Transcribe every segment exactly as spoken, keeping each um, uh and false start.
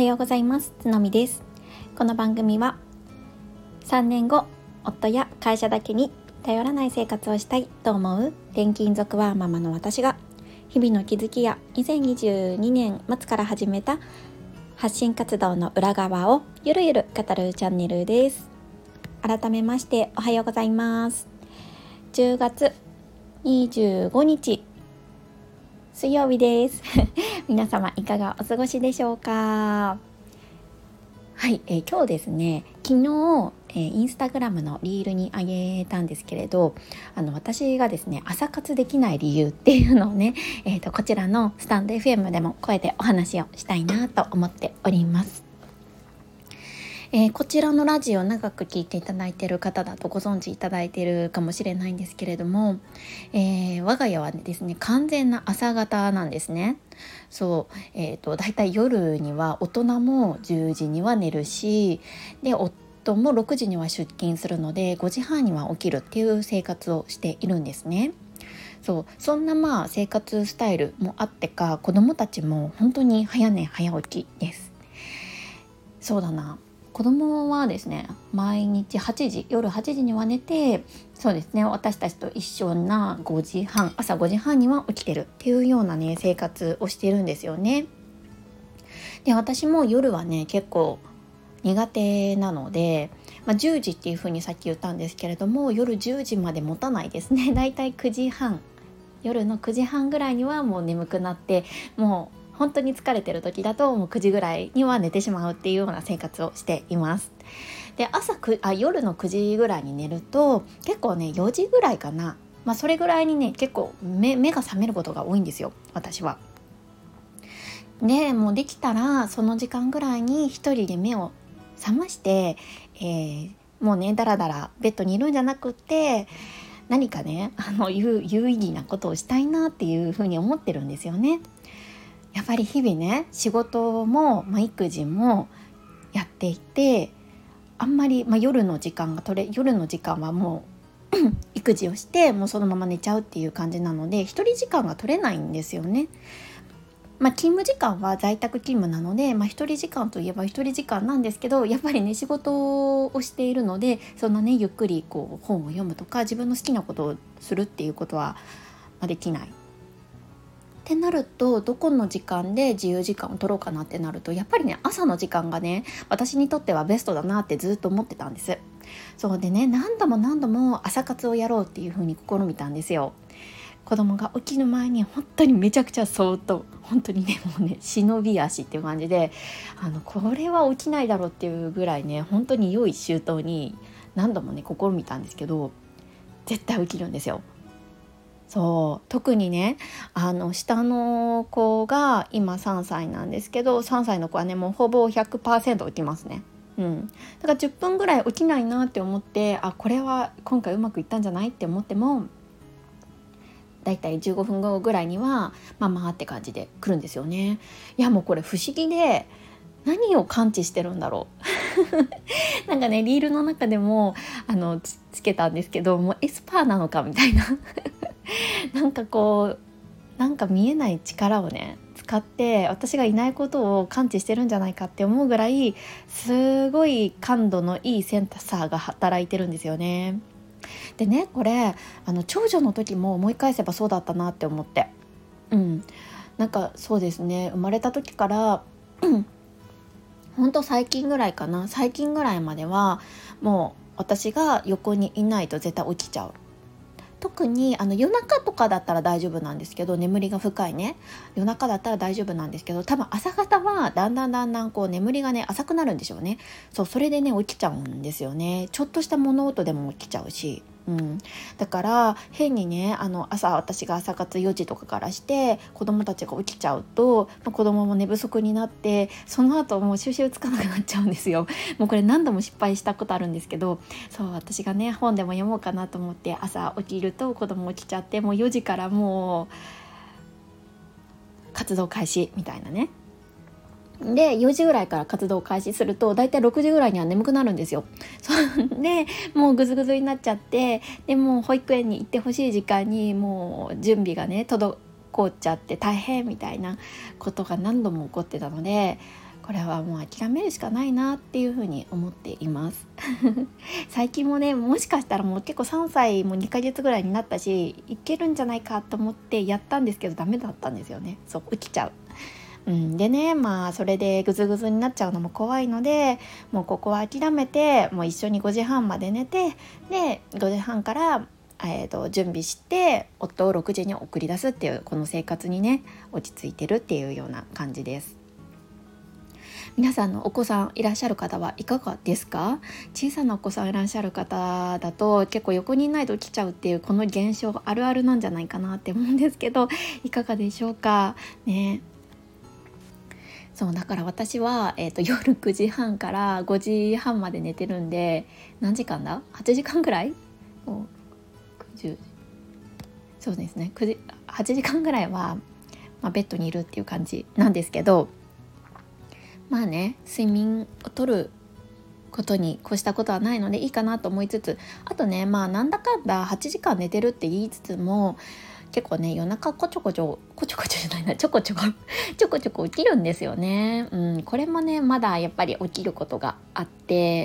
ようございます。つのみです。この番組はさんねんご、夫や会社だけに頼らない生活をしたいと思う転勤族ワーママの私が、日々の気づきやにせんにじゅうにねん末から始めた発信活動の裏側をゆるゆる語るチャンネルです。改めましておはようございます。じゅうがつにじゅうごにち水曜日です皆様いかがお過ごしでしょうか。はい、えー、今日ですね、昨日、えー、インスタグラムのリールにあげたんですけれど、あの私がですね朝活できない理由っていうのをね、えーと、こちらのスタンド エフエム でも声でお話をしたいなと思っております。えー、こちらのラジオ長く聞いていただいている方だとご存知いただいているかもしれないんですけれども、えー、我が家はですね完全な朝型なんですね。そう、えーと、だいたい夜には大人もじゅうじには寝るし、で夫もろくじには出勤するのでごじはんには起きるっていう生活をしているんですね。そう、そんなまあ生活スタイルもあってか、子どもたちも本当に早寝早起きです。そうだな、子供はですね毎日はちじ、夜はちじには寝て、そうですね、私たちと一緒なごじはん、朝ごじはんには起きてるっていうようなね生活をしてるんですよね。で、私も夜はね結構苦手なので、まあ、じゅうじっていう風にさっき言ったんですけれども、夜じゅうじまで持たないですね。だいたいくじはん、夜のくじはんぐらいにはもう眠くなって、もう本当に疲れてる時だともうくじぐらいには寝てしまうっていうような生活をしています。で、朝くあ夜のくじぐらいに寝ると結構ねよじぐらいかな、まあ、それぐらいにね結構 目, 目が覚めることが多いんですよ、私は。でもうできたらその時間ぐらいに一人で目を覚まして、えー、もうねだらだらベッドにいるんじゃなくって何かねあの 有, 有意義なことをしたいなっていうふうに思ってるんですよね。やっぱり日々ね仕事も、まあ、育児もやっていて、あんまり、まあ、夜の時間が取れ夜の時間はもう育児をしてもうそのまま寝ちゃうっていう感じなので、一人時間が取れないんですよね。まあ、勤務時間は在宅勤務なので、まあ、一人時間といえば一人時間なんですけど、やっぱりね仕事をしているので、そんなねゆっくりこう本を読むとか自分の好きなことをするっていうことはできないってなると、どこの時間で自由時間を取ろうかなってなると、やっぱりね朝の時間がね私にとってはベストだなってずっと思ってたんです。そうでね、何度も何度も朝活をやろうっていう風に試みたんですよ。子供が起きる前に本当にめちゃくちゃそーっと、本当にねもうね忍び足っていう感じで、あのこれは起きないだろうっていうぐらいね本当に良い周到に何度もね試みたんですけど、絶対起きるんですよ。そう、特にねあの下の子が今さんさいなんですけど、さんさいの子はねもうほぼ ひゃくパーセント 起きますね。うん、だからじゅっぷんぐらい起きないなって思って、あこれは今回うまくいったんじゃないって思っても、だいたいじゅうごふんごぐらいにはママって感じで来るんですよね。いやもうこれ不思議で、何を感知してるんだろうなんかねリールの中でもあの つ, つけたんですけど、もうエスパーなのかみたいななんかこうなんか見えない力をね使って私がいないことを感知してるんじゃないかって思うぐらい、すごい感度のいいセンサーが働いてるんですよね。でね、これあの長女の時も思い返せばそうだったなって思って、うん、なんかそうですね、生まれた時から、うん、ほんと最近ぐらいかな、最近ぐらいまではもう私が横にいないと絶対起きちゃう。特にあの夜中とかだったら大丈夫なんですけど、眠りが深いね夜中だったら大丈夫なんですけど、多分朝方はだんだんだんだんこう眠りがね浅くなるんでしょうね。そう、それでね起きちゃうんですよね。ちょっとした物音でも起きちゃうし、うん、だから変にねあの朝私が朝活よじとかからして子供たちが起きちゃうと、子供も寝不足になって、その後もう収拾つかなくなっちゃうんですよ。もうこれ何度も失敗したことあるんですけど、そう私がね本でも読もうかなと思って朝起きると子供起きちゃって、もうよじからもう活動開始みたいなね。でよじぐらいから活動を開始するとだいたいろくじぐらいには眠くなるんですよ。そうでもうグズグズになっちゃって、でもう保育園に行ってほしい時間にもう準備がね滞っちゃって大変みたいなことが何度も起こってたので、ここれはもう諦めるしかないなっていうふうに思っています最近もね、もしかしたらもう結構さんさいもにかげつぐらいになったし、いけるんじゃないかと思ってやったんですけどダメだったんですよね。そう、起きちゃう。うん、でね、まあそれでグズグズになっちゃうのも怖いので、もうここは諦めて、もう一緒にごじはんまで寝て、でごじはんから、えー、と準備して夫をろくじに送り出すっていう、この生活にね落ち着いてるっていうような感じです。皆さんのお子さんいらっしゃる方はいかがですか？小さなお子さんいらっしゃる方だと結構横にいないと起きちゃうっていうこの現象あるあるなんじゃないかなって思うんですけど、いかがでしょうかね。そうだから私は、えー、と夜くじはんからごじはんまで寝てるんで、何時間だはちじかんぐらい、もうきゅうじゅうそうですねくじはちじかんぐらいは、まあ、ベッドにいるっていう感じなんですけど、まあね、睡眠をとることに越したことはないのでいいかなと思いつつ、あとね、まあなんだかんだはちじかん寝てるって言いつつも、結構ね夜中こちょこちょこちょこちょじゃないなちょこちょこちょこちょこ起きるんですよね。うん、これもねまだやっぱり起きることがあって、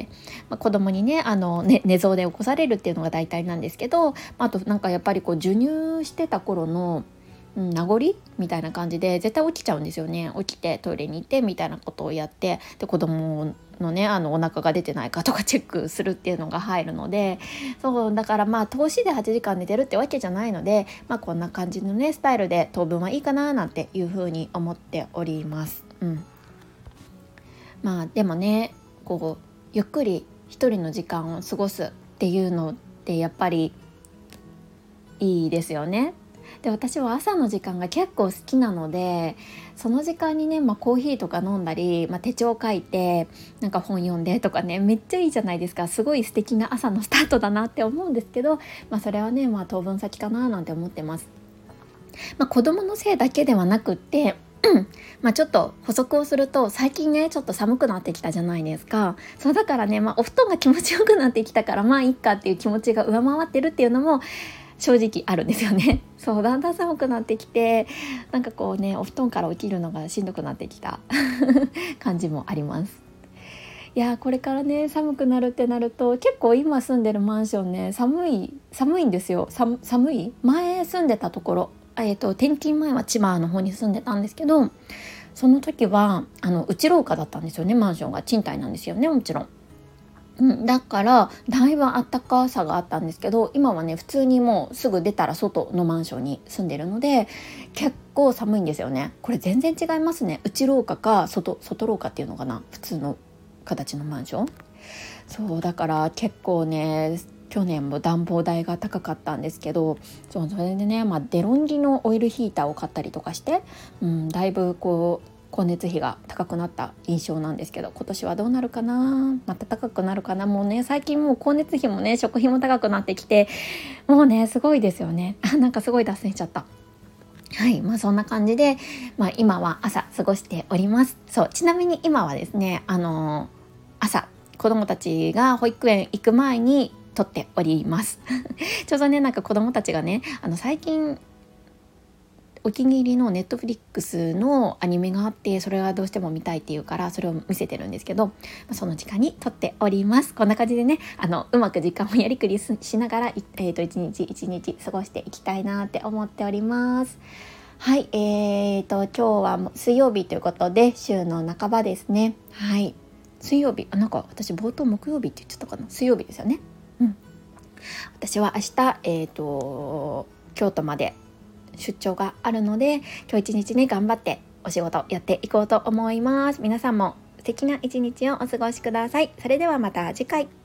まあ、子供にねあのね寝相で起こされるっていうのが大体なんですけど、あとなんかやっぱりこう授乳してた頃のうん、名残みたいな感じで絶対起きちゃうんですよね。起きてトイレに行ってみたいなことをやって、で子供のねあのお腹が出てないかとかチェックするっていうのが入るので、そうだからまあ通しではちじかん寝てるってわけじゃないので、まあこんな感じのねスタイルで当分はいいかななんていうふうに思っております。うん、まあでもね、こうゆっくり一人の時間を過ごすっていうのってやっぱりいいですよね。で私は朝の時間が結構好きなので、その時間にね、まあ、コーヒーとか飲んだり、まあ、手帳書いてなんか本読んでとかね、めっちゃいいじゃないですか。すごい素敵な朝のスタートだなって思うんですけど、まあ、それはね、まあ、当分先かななんて思ってます。まあ、子供のせいだけではなくってまあちょっと補足をすると、最近ねちょっと寒くなってきたじゃないですか。そうだからね、まあ、お布団が気持ちよくなってきたからまあいいかっていう気持ちが上回ってるっていうのも正直あるんですよね。そうだんだん寒くなってきて、なんかこうねお布団から起きるのがしんどくなってきた感じもあります。いやこれからね寒くなるってなると、結構今住んでるマンションね寒い寒いんですよ。寒寒い前住んでたところ、えーと、転勤前は千葉の方に住んでたんですけど、その時はあの内廊下だったんですよね。マンションが賃貸なんですよね、もちろん。うん、だからだいぶ暖かさがあったんですけど、今はね普通にもうすぐ出たら外のマンションに住んでるので結構寒いんですよね。これ全然違いますね。内廊下か外外廊下っていうのかな、普通の形のマンション。そうだから結構ね去年も暖房代が高かったんですけど、そうそれでね、まあ、デロンギのオイルヒーターを買ったりとかして、うん、だいぶこう光熱費が高くなった印象なんですけど、今年はどうなるかな、また高くなるかな。もうね最近もう光熱費もね食費も高くなってきて、もうねすごいですよね。あ、なんかすごい脱線しちゃった。はい、まあそんな感じで、まあ、今は朝過ごしております。そう、ちなみに今はですね、あのー、朝子供たちが保育園行く前に撮っておりますちょうどねなんか子供たちがね、あの最近お気に入りのネットフリックスのアニメがあって、それはどうしても見たいっていうからそれを見せてるんですけど、その時間に撮っております。こんな感じでね、あのうまく時間をやりくりしながら、えー、と一日一日過ごしていきたいなって思っております。はい、えーと今日は水曜日ということで週の半ばですね。はい、水曜日、あなんか私冒頭木曜日って言っちゃったかな。水曜日ですよね。うん、私は明日、えーと京都まで出張があるので、今日一日ね頑張ってお仕事やっていこうと思います。皆さんも素敵な一日をお過ごしください。それではまた次回。